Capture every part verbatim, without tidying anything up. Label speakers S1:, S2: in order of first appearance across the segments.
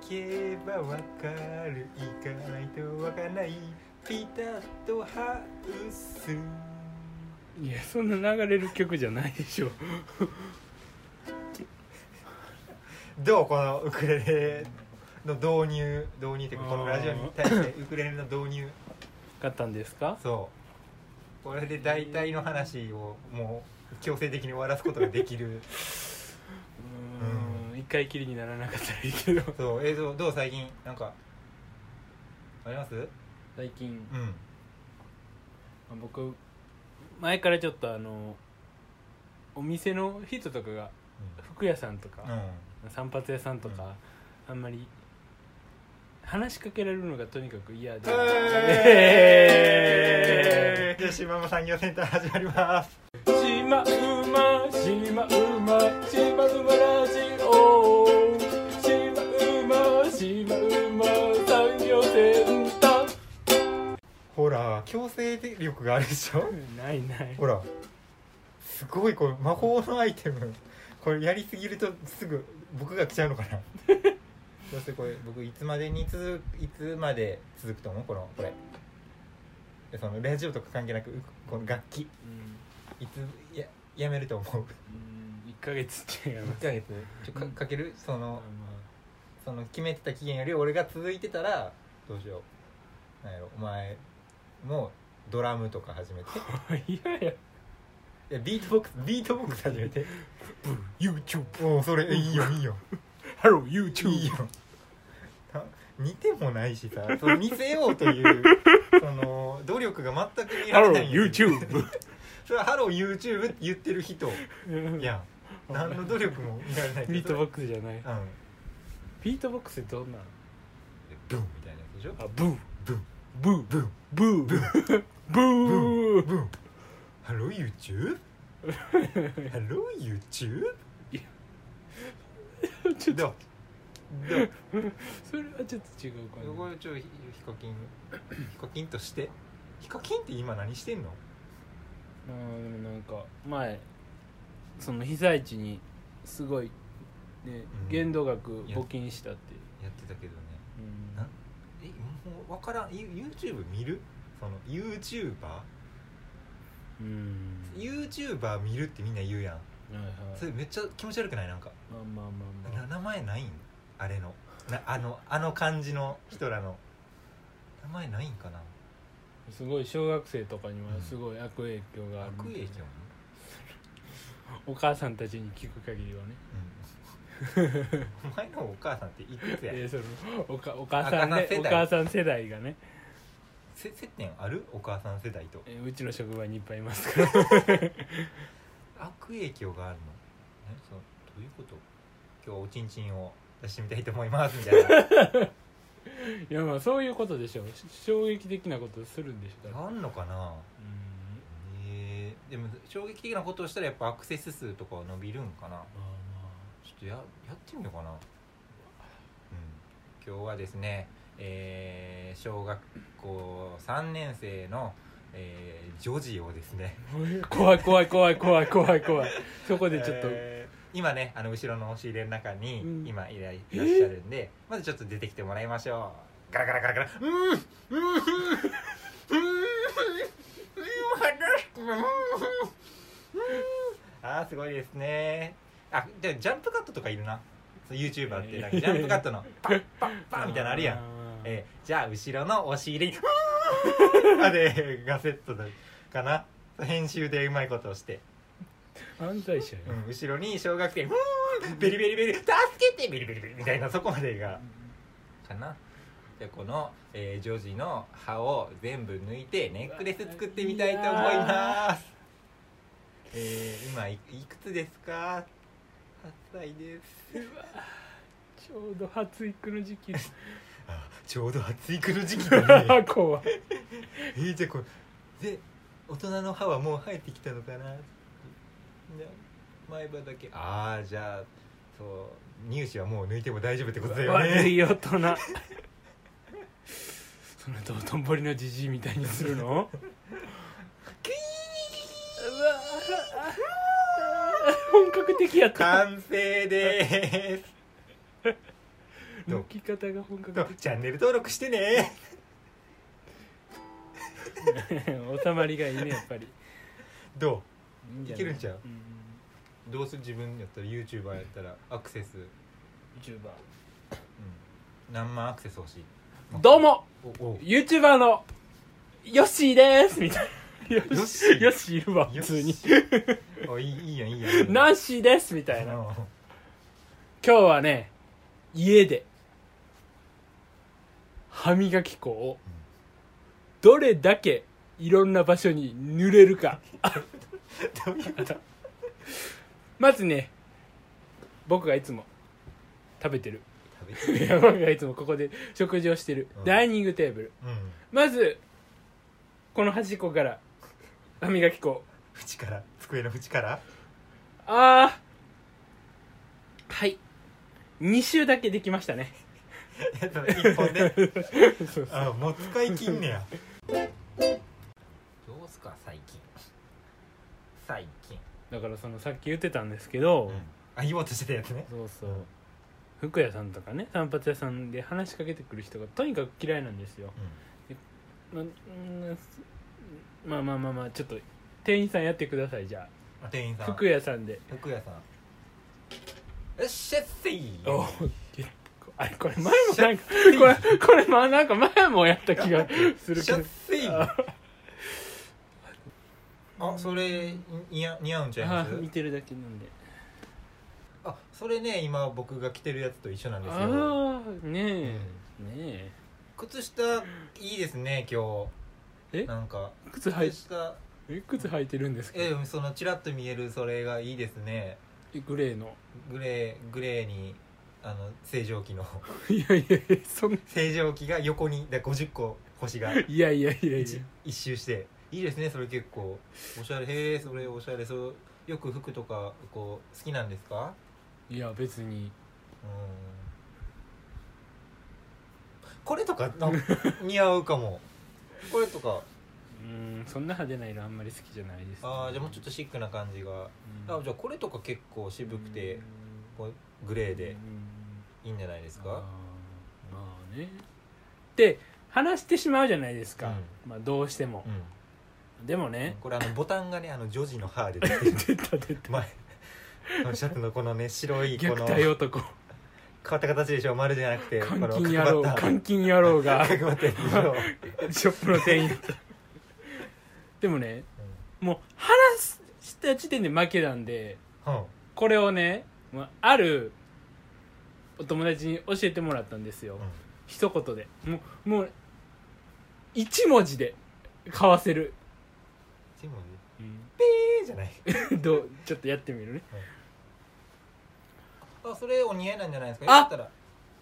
S1: けばわかる、行かないとわからない、ピタッとハウス。
S2: いやそんな流れる曲じゃないでしょ
S1: どうこのウクレレの導入導入っていうかこのラジオに対してウクレレの導入
S2: 買ったんですか？
S1: そうこれで大体の話をもう強制的に終わらすことができる。
S2: うーん、一回きりにならなかったらいいけど。
S1: そう映像どう最近なんかあります？
S2: 最近、
S1: うん
S2: 僕前からちょっとあのお店の人とかが服屋さんとか、
S1: うん、
S2: 散髪屋さんとか、うん、あんまり話しかけられるのがとにかく嫌で、
S1: えー、じゃあ島間産業センター始まります。
S2: しまうましまうましまうまラジオ、しまうましまうま産業センター。
S1: ほら強制力があるでしょ
S2: ないない
S1: ほらすごいこれ魔法のアイテム、これやりすぎるとすぐ僕が来ちゃうのかなそしてこれ僕いつまでに続くいつまで続くと思うこのこれでそのラジオとか関係なくこの楽器、うん、いつややめると思う。うん
S2: いっかげつ違います。
S1: いっかげつちょ か, かけるそのその決めてた期限より俺が続いてたらどうしよう。なんやろお前もドラムとか始めて
S2: いやいや
S1: いやビートボックスビートボックス始めて
S2: YouTube
S1: おそれいいよいいよ
S2: ハロー YouTube
S1: いいよ似てもないしさその見せようというその努力が全く見られないんやけど
S2: YouTube
S1: それはハロー YouTube って言ってる人いや何の努力も見られないけど
S2: ビートボックスじゃない、
S1: うん、
S2: ビートボックスってどんなの？
S1: ブンみたいなやつでしょ。
S2: あブー
S1: ブン
S2: ブー
S1: ブン
S2: ブーブーブー
S1: ブンハロー YouTube ハロー YouTube
S2: いやちょっと
S1: どうどう
S2: それはちょっと違うかな。
S1: これちょっとヒカキンヒカキンとしてヒカキンって今何してんの？
S2: あーなんか前その被災地にすごいね、うん、限度額募金したって
S1: やってたけどね、
S2: うん、
S1: なえもう分からん YouTube 見るその YouTuber、うん、YouTuber 見るってみんな言うやん、はいはい、それめっちゃ気持ち悪くない？なんか
S2: まあまあまあまあ
S1: 名前ないんあれのなあのあの感じの人らの名前ないんかな。
S2: すごい小学生とかにはすごい悪影響がある、
S1: 悪影響
S2: お母さんたちに聞く限りはね、
S1: うん、お前のお母さんっていくつや？
S2: えー、その お, かお母さんでお母さん世代がね
S1: せ接点ある？お母さん世代と、
S2: えー、うちの職場にいっぱいいますから
S1: 悪影響があるの？えそうどういうこと？今日おちんちんを出してみたいと思いますみたいな。
S2: いやまあそういうことでしょ。衝撃的なことするんでしょ。
S1: あんのかな。うん、えー、でも衝撃的なことをしたらやっぱアクセス数とかは伸びるんかな。まあまあちょっと や, やってみようかな。うん、今日はですね、えー、小学校さんねん生の、えー、女児をですね
S2: 怖い怖い怖い怖い怖い怖いそこでちょっと、
S1: えー今ねあの後ろの押し入れの中に今いらっしゃるんで、まずちょっと出てきてもらいましょう。ガラガラガラガラうんうんうんうんあーすごいですね。あじゃあジャンプカットとかいるな。YouTuber ってなんかジャンプカットのパッパッパッみたいなのあるやん。えー、じゃあ後ろの押し入れにあでガセットだかな。編集でうまいことをして
S2: 犯罪者よ、
S1: うん、後ろに小学生ベリベリベリ助けてベリベリベリみたいなそこまでがかな。でこの、えー、ジョージの歯を全部抜いてネックレス作ってみたいと思います。えー、今 い, いくつですか？はっさいです。
S2: うわちょうど発育の時期
S1: あちょうど発育の時期だね
S2: 怖い
S1: えー、じゃあこれで大人の歯はもう生えてきたのかな。前歯だけああじゃあそう乳歯はもう抜いても大丈夫ってことだよね。
S2: 悪い大人そんな道頓堀のじじいみたいにするのキーうわ本格的やった。
S1: 完成でーすどう
S2: 抜き方が本格
S1: どうチャンネル登録してね
S2: 的収まりがいいねやっぱり
S1: ど
S2: いいんじゃない
S1: いけるんちゃう
S2: うん
S1: うどうする自分やったら YouTuber やったらアクセス、うん、
S2: YouTuber
S1: 何万アクセス欲しい
S2: どうも
S1: おお
S2: YouTuber のヨッシーですみたいなヨ
S1: ヨッシー
S2: ヨッシーいるわ普通に
S1: おいいいいやんいいやん
S2: ナンシーですみたいな
S1: うん
S2: 今日はね家で歯磨き粉をどれだけいろんな場所に塗れるか
S1: どういうこと
S2: まずね僕がいつも食べてる
S1: 食べてる
S2: 山がいつもここで食事をしてる、
S1: うん
S2: ダイニングテーブル
S1: うん
S2: まずこの端っこから歯磨き粉
S1: 縁から机の縁から
S2: あーはいに周だけできましたね
S1: いっぽんで
S2: そうそう
S1: あもう使い切んねやどうすか最近最近、
S2: だからそのさっき言ってたんですけど、
S1: うん、あ言おうとしてたやつね
S2: そうそう服屋さんとかね散髪屋さんで話しかけてくる人がとにかく嫌いなんですよ、まうんまあまあまあまあちょっと店員さんやってくださいじゃ
S1: あ店員さん
S2: あ服屋さんで
S1: 服屋さんよっしゃっせい
S2: おあれこれ前もなんかこれこれまあなんか前もやった気がするけど
S1: しゃっせいあそれ似合似合うんちゃいます
S2: あ見てるだけなんで
S1: あそれね今僕が着てるやつと一緒なんですよ
S2: ああねえ、
S1: うん
S2: ねえ
S1: 靴下いいですね今日
S2: え
S1: なんか
S2: 靴履い
S1: 靴下
S2: え靴履いてるんですか
S1: えそのチラッと見えるそれがいいですね
S2: グレーの
S1: グレーグレーにあの正常期の
S2: いやいやいやそんな
S1: 正常期が横にでごじゅっこ星が
S2: いやいやいやいや
S1: 一一周していいですねそれ結構おしゃれへえそれおしゃれそうよく服とかこう好きなんですか
S2: いや別に
S1: うんこれとかなん似合うかもこれとか
S2: うんそんな派手な色あんまり好きじゃないです、ね、
S1: ああじゃあもうちょっとシックな感じが、
S2: うん
S1: あじゃあこれとか結構渋くてこうグレーでいいんじゃないですか、
S2: あーまあねで話してしまうじゃないですか、
S1: う
S2: まあどうしても
S1: う、ん、
S2: でもね
S1: これあのボタンがねあの女児の歯で出てる
S2: 出た出た
S1: 前このシャツのこのね白いこ
S2: 虐
S1: の
S2: 待男
S1: 変わった形でしょ丸じゃなくて
S2: 監禁野郎
S1: この
S2: 監禁野郎が
S1: 角張ったやつでしょ、
S2: ショップの店員だったでもねもう話した時点で負けなんで
S1: うん
S2: これをねまああるお友達に教えてもらったんですよ、
S1: うん
S2: 一言でもうもう一文字で買わせる、
S1: 一文字
S2: うん
S1: ペーじゃない
S2: どうちょっとやってみるね
S1: あそれお似合いなんじゃないですか
S2: あ
S1: よかったら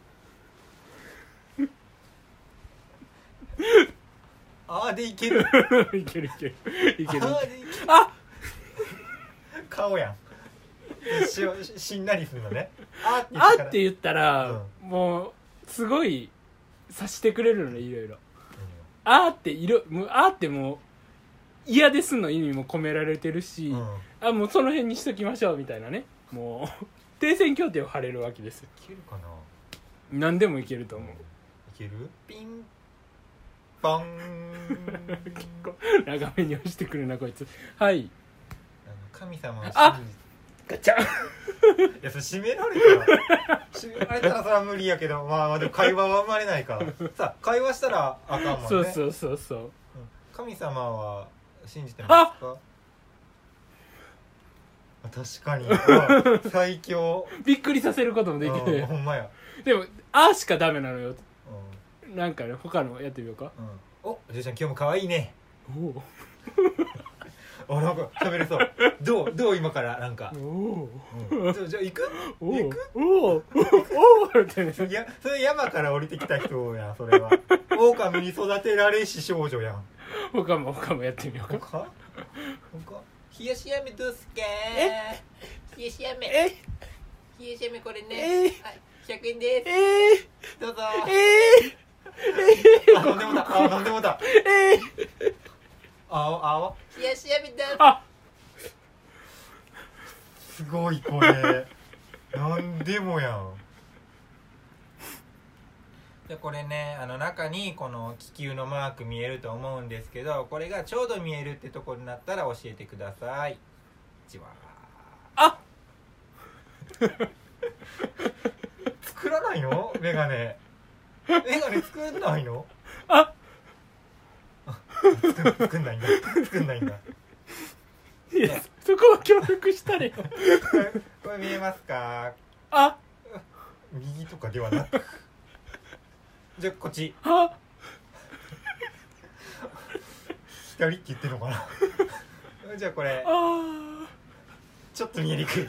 S1: あーでいける
S2: いけるいけるいける
S1: あーでいける
S2: あ
S1: 顔やんしししんなりするのねあーって言
S2: あ
S1: ってから
S2: って言ったら、
S1: う
S2: もうすごい察してくれるのねいろいろあーって色もうあーってもう嫌ですの意味も込められてるし、
S1: うん、うん、い
S2: あもうその辺にしときましょうみたいなねもう停戦協定を張れるわけですよ
S1: けるかな
S2: 何でもいけると思う
S1: いけるピンポン
S2: 結構長めに押してくるなこいつはい
S1: あの神様を信
S2: あ
S1: じ
S2: ガチャン
S1: いやそれ閉められたら閉められたらそれは無理やけどまあまあでも会話は生まれないからさあ会話したらあかんもんね
S2: そうそうそうそう
S1: うん神様は信じてますかあ確かにあ最強
S2: びっくりさせることもでき
S1: うん
S2: る
S1: ほんまや、
S2: でもあーしかダメなのよ
S1: うん
S2: なんかね他のやってみようか
S1: うん、おじいちゃん今日も可愛いね
S2: お
S1: あなんか喋れそうどうどう今からなんか
S2: お、お
S1: うん、じゃあじゃあ行く
S2: お
S1: 行く
S2: おおおってね
S1: いやそれ山から降りてきた人やんそれは狼に育てられし少女やん
S2: 他も他もやってみようか
S1: 他他冷やし飴どうすか
S2: え
S1: 冷やし飴
S2: え
S1: 冷やし飴これね、
S2: え
S1: はい、ひゃくえんです
S2: え
S1: どうぞ
S2: ー、え
S1: あ飲んでもたあ飲んでもた
S2: ー、えー、
S1: ああわ冷やし飴だ
S2: あ
S1: すごいこれなんでもやんじゃあこれね、あの中にこの気球のマーク見えると思うんですけど、これがちょうど見えるってところになったら教えてください。じわ
S2: あ
S1: 作らないの？メガネメガネ作んないの？
S2: あ
S1: 作ん作んないんだ作んないんだ。
S2: いやそこは協力したれよ
S1: これ見えますか？
S2: あ
S1: 右とかではなくじゃあこっち
S2: あ
S1: 左って言ってるのかなじゃあこれ
S2: あ
S1: ちょっと見えにくい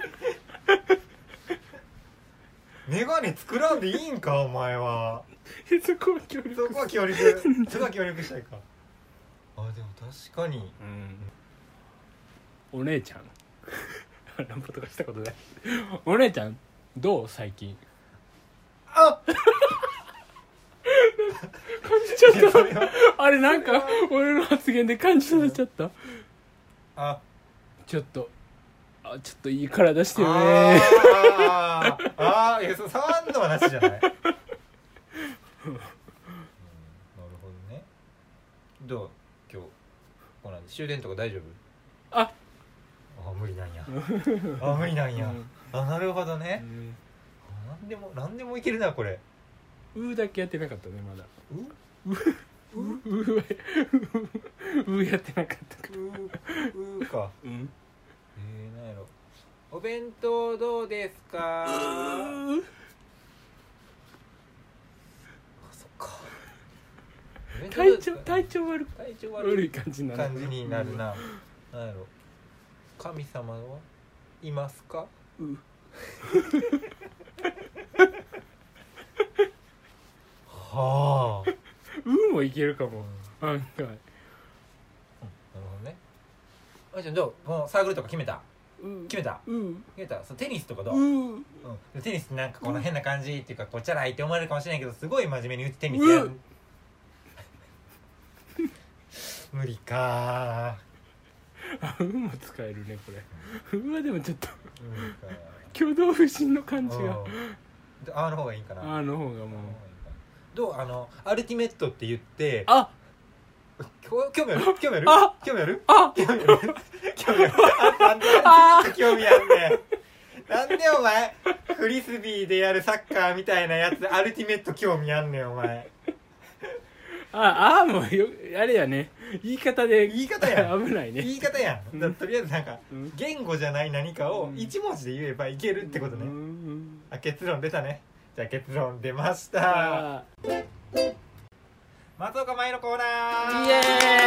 S1: メガネ作らんでいいんかお前は。
S2: そこは協力
S1: そこは協力そこは協力したいか。あでも確かに、
S2: うん、お姉ちゃんランプとかしたことないお姉ちゃんどう最近。
S1: あっ
S2: 感じちゃったあれなんか俺の発言で感じさせちゃった。
S1: あ
S2: ちょっとあちょっといい体してるね
S1: あーあーいやそ触んのはなしじゃない、うん、なるほどね。どう今日こうなんで終電とか大丈夫？
S2: あ
S1: あ無理なんやあ無理なんや、うん、あなるほどね、
S2: うん、
S1: なんでもなんでもいけるなこれ。
S2: うだけやってなかったねまだ。
S1: う
S2: ううううやってなかったか
S1: ううか、
S2: うん、
S1: えー、なんやろ。お弁当どうですか？あそっか。
S2: 体調体調悪
S1: 体調
S2: 悪い
S1: 悪い
S2: 感じになる
S1: 感じになるな。なんやろ。神様はいますか？
S2: う
S1: はあ。
S2: うもいけるかも。案外。
S1: なるほどね。あいちゃんどう？このサークルとか決めた？
S2: うん
S1: 決めた？
S2: うん
S1: 決めた。そうテニスとかどう？
S2: うん
S1: うん、テニスってなんかこの変な感じっていうかこうチャラいって思われるかもしれないけどすごい真面目に打ってテニスやる、うん、無理か
S2: あうも使えるねこれ。うわでもちょっと
S1: 無理か
S2: 挙動不審の感じが
S1: あの方がいいかな。
S2: あの方がもう
S1: どうあのアルティメットって言って
S2: あ
S1: 興味ある興味ある
S2: あ
S1: 興味ある
S2: あ
S1: 興味ある興味あるあなんであん興味あるねなんでお前フリスビーでやるサッカーみたいなやつアルティメット興味あんねんお前。
S2: ああもうよあれやね言い方で
S1: 言い方やん
S2: 危ないね
S1: 言い方やんだとりあえずなんか、
S2: うん、
S1: 言語じゃない何かを一文字で言えばいけるってことね、うん、あ結論出たね。じゃあ結論出ました。松岡茉優のコーナー
S2: イエ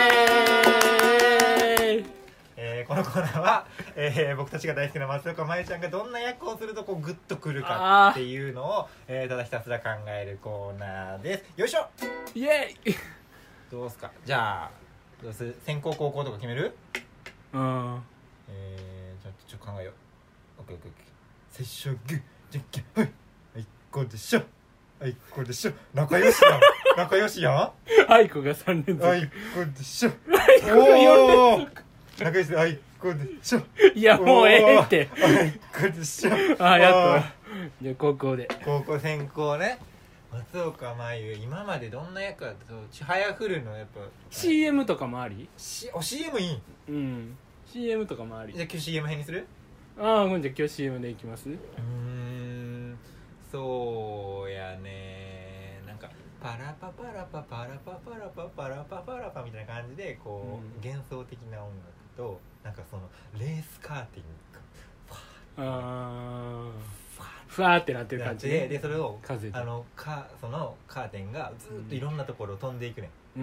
S2: ーイ、
S1: えー、このコーナーは、えー、僕たちが大好きな松岡茉優ちゃんがどんな役をするとこうグッとくるかっていうのを、えー、ただひたすら考えるコーナーです。よいしょ
S2: イエーイ
S1: どうすか。じゃあどうする先攻後攻とか決める？
S2: うん
S1: えー、ちょっとちょっと考えよう。オッケーオッケーオッケー。最初グーじゃんけんはいはいこうでしょはいこうでしょ仲良しやん仲良しやん
S2: あいこがさん連続
S1: はいこうでしょ
S2: あいこがよん連続
S1: 仲良しではいこうでしょ
S2: いやもうええって
S1: はいこうでしょ
S2: あやっとじゃあ高校で
S1: 高校先行ね。松岡茉優今までどんな役だったとちはやふるのやっぱ
S2: シーエム とかもあり、
S1: C、お シーエム いいん？
S2: うん シーエム とかもあり。
S1: じゃあ今日 シーエム 編にする？
S2: ああ、ほんじゃ今日 シーエム でいきます。
S1: うーんそうやね。なんかパラパパラパパラパパラパパラパパラパみたいな感じでこう、うん、幻想的な音楽となんかそのレースカーティングが
S2: あふわーってなってる感じ
S1: で、でそれを
S2: 風で
S1: あのかそのカーテンがずっといろんなところを飛んでいくね、うん、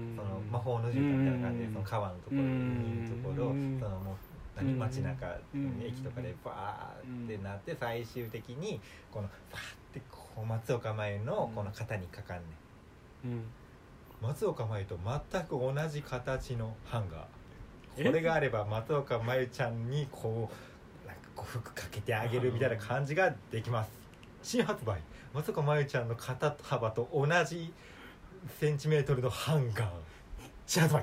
S1: その魔法の絨毯みたいな感じでその川のところ、海のところ、そのもう何街中、駅とかでバーってなって最終的にこのバーってこう松岡茉優のこの肩にかかんね、うん、松岡茉優と全く同じ形のハンガー、これがあれば松岡茉優ちゃんにこう服かけてあげるみたいな感じができます。新発売松岡茉優ちゃんの肩幅と同じセンチメートルのハンガー新発売。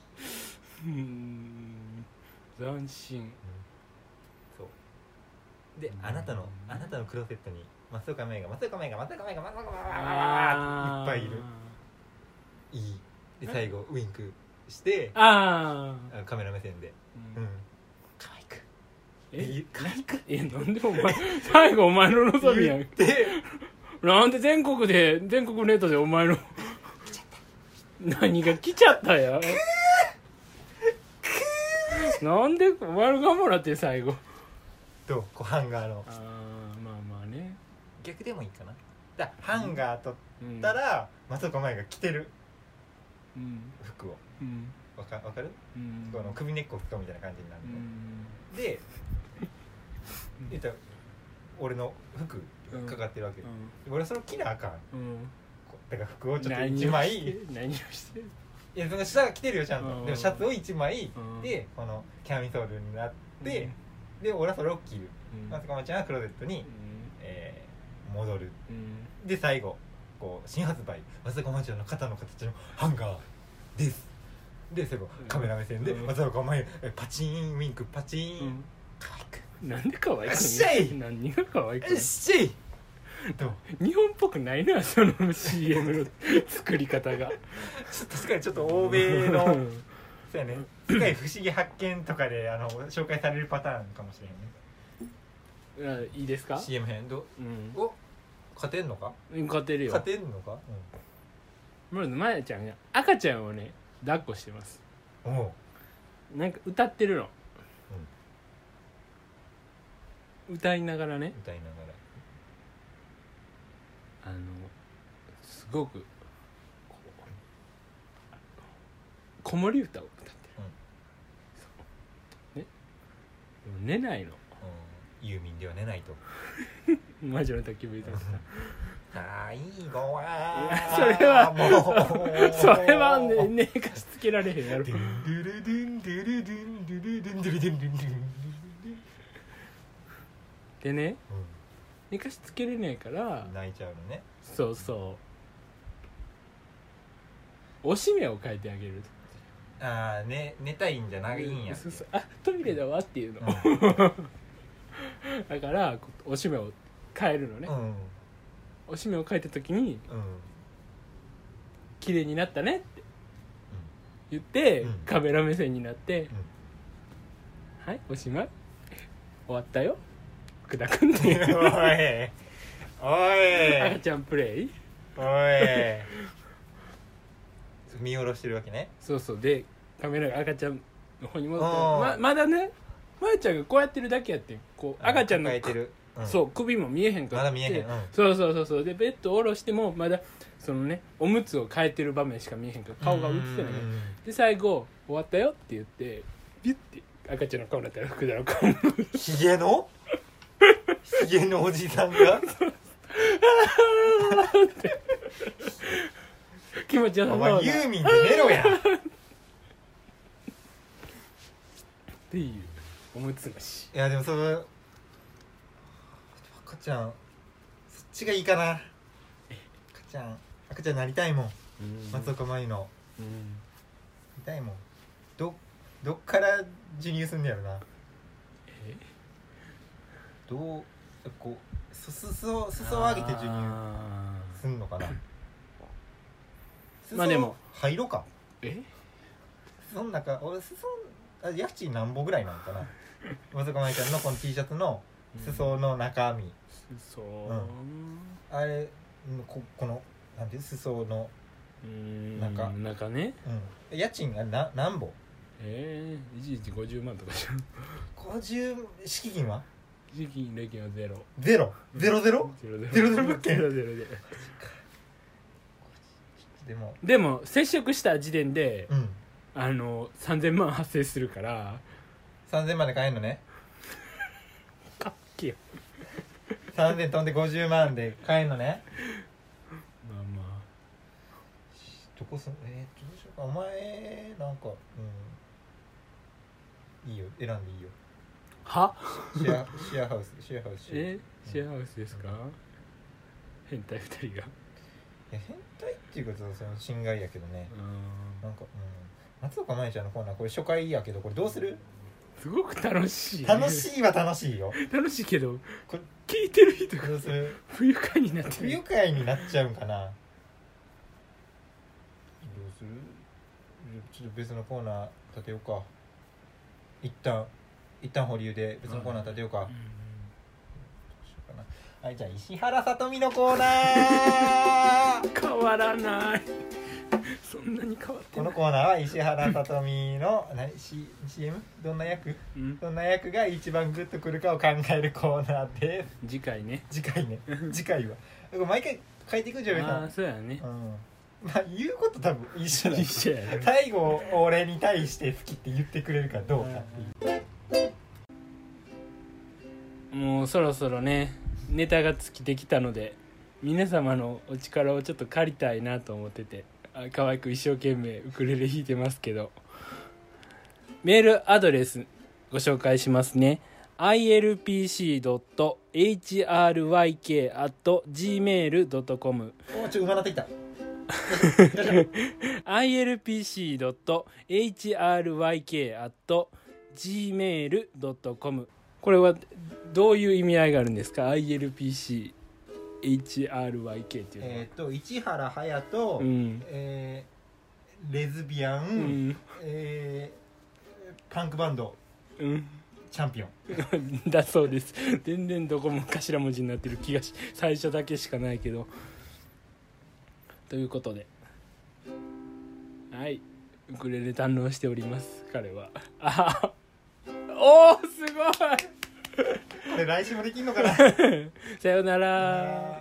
S2: うーん斬新、うん、
S1: そうであなたのあなたのクローゼットに松岡芽衣が松岡芽衣が松岡芽衣が松岡芽衣が
S2: あ
S1: いっぱいいるいいで最後ウインクして
S2: ああ
S1: カメラ目線で
S2: う
S1: うんん可愛く
S2: え
S1: 可愛く
S2: えなんでお前最後お前の望みやん
S1: で
S2: なんで全国で全国ネットでお前の何が来ちゃったやなんでお前の頑張らって最後
S1: とこうハンガーの
S2: ああまあまあね
S1: 逆でもいいかなだハンガー取
S2: うん
S1: ったら松岡茉優が着てる
S2: うん
S1: 服を
S2: うん
S1: わかわかる
S2: うん
S1: この首根っこ太みたいな感じになる
S2: う
S1: の、
S2: ん
S1: で言ったら俺の服かかってるわけ、俺はそれを着なあかん
S2: うん
S1: こうだから服をちょっといちまい
S2: 何をしてる
S1: いやその下が着てるよちゃんと、
S2: うん
S1: でもシャツをいちまい、
S2: うん
S1: でこのキャミソールになって、
S2: うん
S1: で俺はそれを着る
S2: うん
S1: 松岡茉ちゃんはクローゼットに、
S2: うん
S1: えー戻る
S2: うん
S1: で最後こう新発売松岡茉ちゃんの肩の形のハンガーですで最後カメラ目線で、
S2: うん
S1: 松岡茉優パチーンウィンクパチーン、
S2: うん
S1: 可愛く
S2: なんで可愛く
S1: よっしゃい
S2: 何が可愛く
S1: よっしゃいどう
S2: 日本っぽくないなその シーエム の作り方が
S1: 確かにちょっと欧米の
S2: うん
S1: そうやね世界不思議発見とかであの紹介されるパターンかもしれんね
S2: あいいですか
S1: シーエム 編ど
S2: うん
S1: お勝てんのか
S2: 勝てるよ
S1: 勝てんのか、
S2: まずまやちゃんが赤ちゃんをね抱っこしてます
S1: うん、おう
S2: なんか歌ってるの、歌いながらね
S1: 歌いなが
S2: あのすごくこう子守歌を歌ってる、そうねでも寝ないの
S1: ら、うん、ユーミンでは寝ないと
S2: 魔女の焚き火歌って
S1: 最後はい
S2: やそれは
S1: もう
S2: それはね寝かしつけられへんやろ
S1: ドゥンドゥルドゥンドゥルドゥンドゥルドゥンドゥルドゥンドゥンドゥン
S2: でね
S1: う
S2: 寝かしつけれないから
S1: ん泣いちゃうのね
S2: そうそうおしめを変えてあげる
S1: ああ、ね、寝たいんじゃないんや
S2: そうそうあトイレだわっていうの、
S1: う
S2: だからこうおしめを変えるのね、
S1: んうん
S2: おしめを変えた時に
S1: うん
S2: 綺麗になったねって言って、
S1: うん
S2: カメラ目線になって、
S1: うん
S2: はいおしまい終わったよ福田君っていう
S1: おいおい
S2: 赤ちゃんプレイ
S1: おい見下ろしてるわけね
S2: そうそうでカメラが赤ちゃんの方に戻って
S1: あー
S2: ままだねまやちゃんがこうやってるだけやってんこう赤ちゃんの
S1: 抱えてる、うん、
S2: そう首も見えへんから
S1: まだ見えへん、うん、
S2: そうそうそうそうでベッドを下ろしてもまだそのねおむつを変えてる場面しか見えへんから顔が映ってない
S1: うん
S2: で最後終わったよって言ってビュッて赤ちゃんの顔になったら福田の顔も
S1: ヒゲのヒゲのおじさんが
S2: 気持ちよさ
S1: お
S2: そうな
S1: 前ユーミンで寝ろや
S2: っていうおむつなし
S1: いやでもその赤ちゃんそっちがいいかな赤ちゃん赤ちゃんなりたいもん松岡茉優の
S2: うん
S1: なりたいもんどどっから授乳すんねやろな
S2: え
S1: どうこうすす裾を裾を上げて授乳
S2: あ
S1: すんのかな
S2: まあでも
S1: 裾入ろうか
S2: ーえ
S1: 裾の中俺裾あ家賃何本ぐらいなのかな松岡茉優ちゃんのこの T シャツの裾の中身、
S2: そう
S1: あれんここのなんていう裾の、
S2: うん
S1: 中
S2: 中ね
S1: うん、家賃がな何本
S2: ええいちいちごじゅうまんとかじゃん
S1: ごじゅう敷金は
S2: 時金礼金はゼロ
S1: ゼロゼロゼロ
S2: ゼロゼロ
S1: ゼロゼロ物件
S2: ゼロゼロで
S1: でも
S2: でも接触した時点で
S1: うん
S2: あのさんぜんまん発生するから
S1: さんぜんまんで買えんのね
S2: かっけよ
S1: さんぜん飛んでごじゅうまんで買えんのね
S2: まあまあ
S1: どこすんえー、どうしようかお前なんかうんいいよ選んでいいよ
S2: は
S1: シェアシェアハウスシェアハウス
S2: えシェアハウスですか変態ふたりが
S1: いや変態っていうかその侵害やけどね
S2: うん
S1: なんかうん松岡茉優ちゃんのコーナーこれ初回やけどこれどうする
S2: すごく楽しい、ね、
S1: 楽しいは楽しいよ。
S2: 楽しいけど
S1: こ
S2: 聞いてる人が
S1: どうする？
S2: 不愉快になってる。
S1: 不愉快になっちゃうんかな。どうする？ちょっと別のコーナー立てようか。一旦一旦保留で別のコーナー立てようか、うんうん、はい、じゃあ石原さとみのコーナー
S2: 変わらないそんなに変わってない。
S1: このコーナーは石原さとみの何 C CM どんな役、うん、どんな役が一番グッとくるかを考えるコーナーです。
S2: 次回ね
S1: 次回ね次回は毎回変えていくじゃん。
S2: ああそうやね、
S1: うん、まあ言うこと多分一緒だ。
S2: 一緒やね。
S1: 最後俺に対して好きって言ってくれるかどうかっていう。
S2: もうそろそろねネタが尽きてきたので皆様のお力をちょっと借りたいなと思ってて、あ可愛く一生懸命ウクレレ弾いてますけど、メールアドレスご紹介しますね。 アイエルピーシードットエイチアールワイケーアットジーメールドットコム
S1: おちょっと馬なってきた
S2: アイエルピーシードットエイチアールワイケーアットジーメールドットコム これはどういう意味合いがあるんですか？ アイエルピーシーエイチアールワイケー っていうのは、
S1: えっ、ー、と市原隼人、
S2: うん
S1: えー、レズビアン、うんえー、パンクバンド、うん、チャンピオン
S2: だそうです。全然どこも頭文字になってる気がし、最初だけしかないけど。ということで、はいウクレレ堪能しております彼は。あおーすごい
S1: これ来週もできんのかな
S2: さよなら。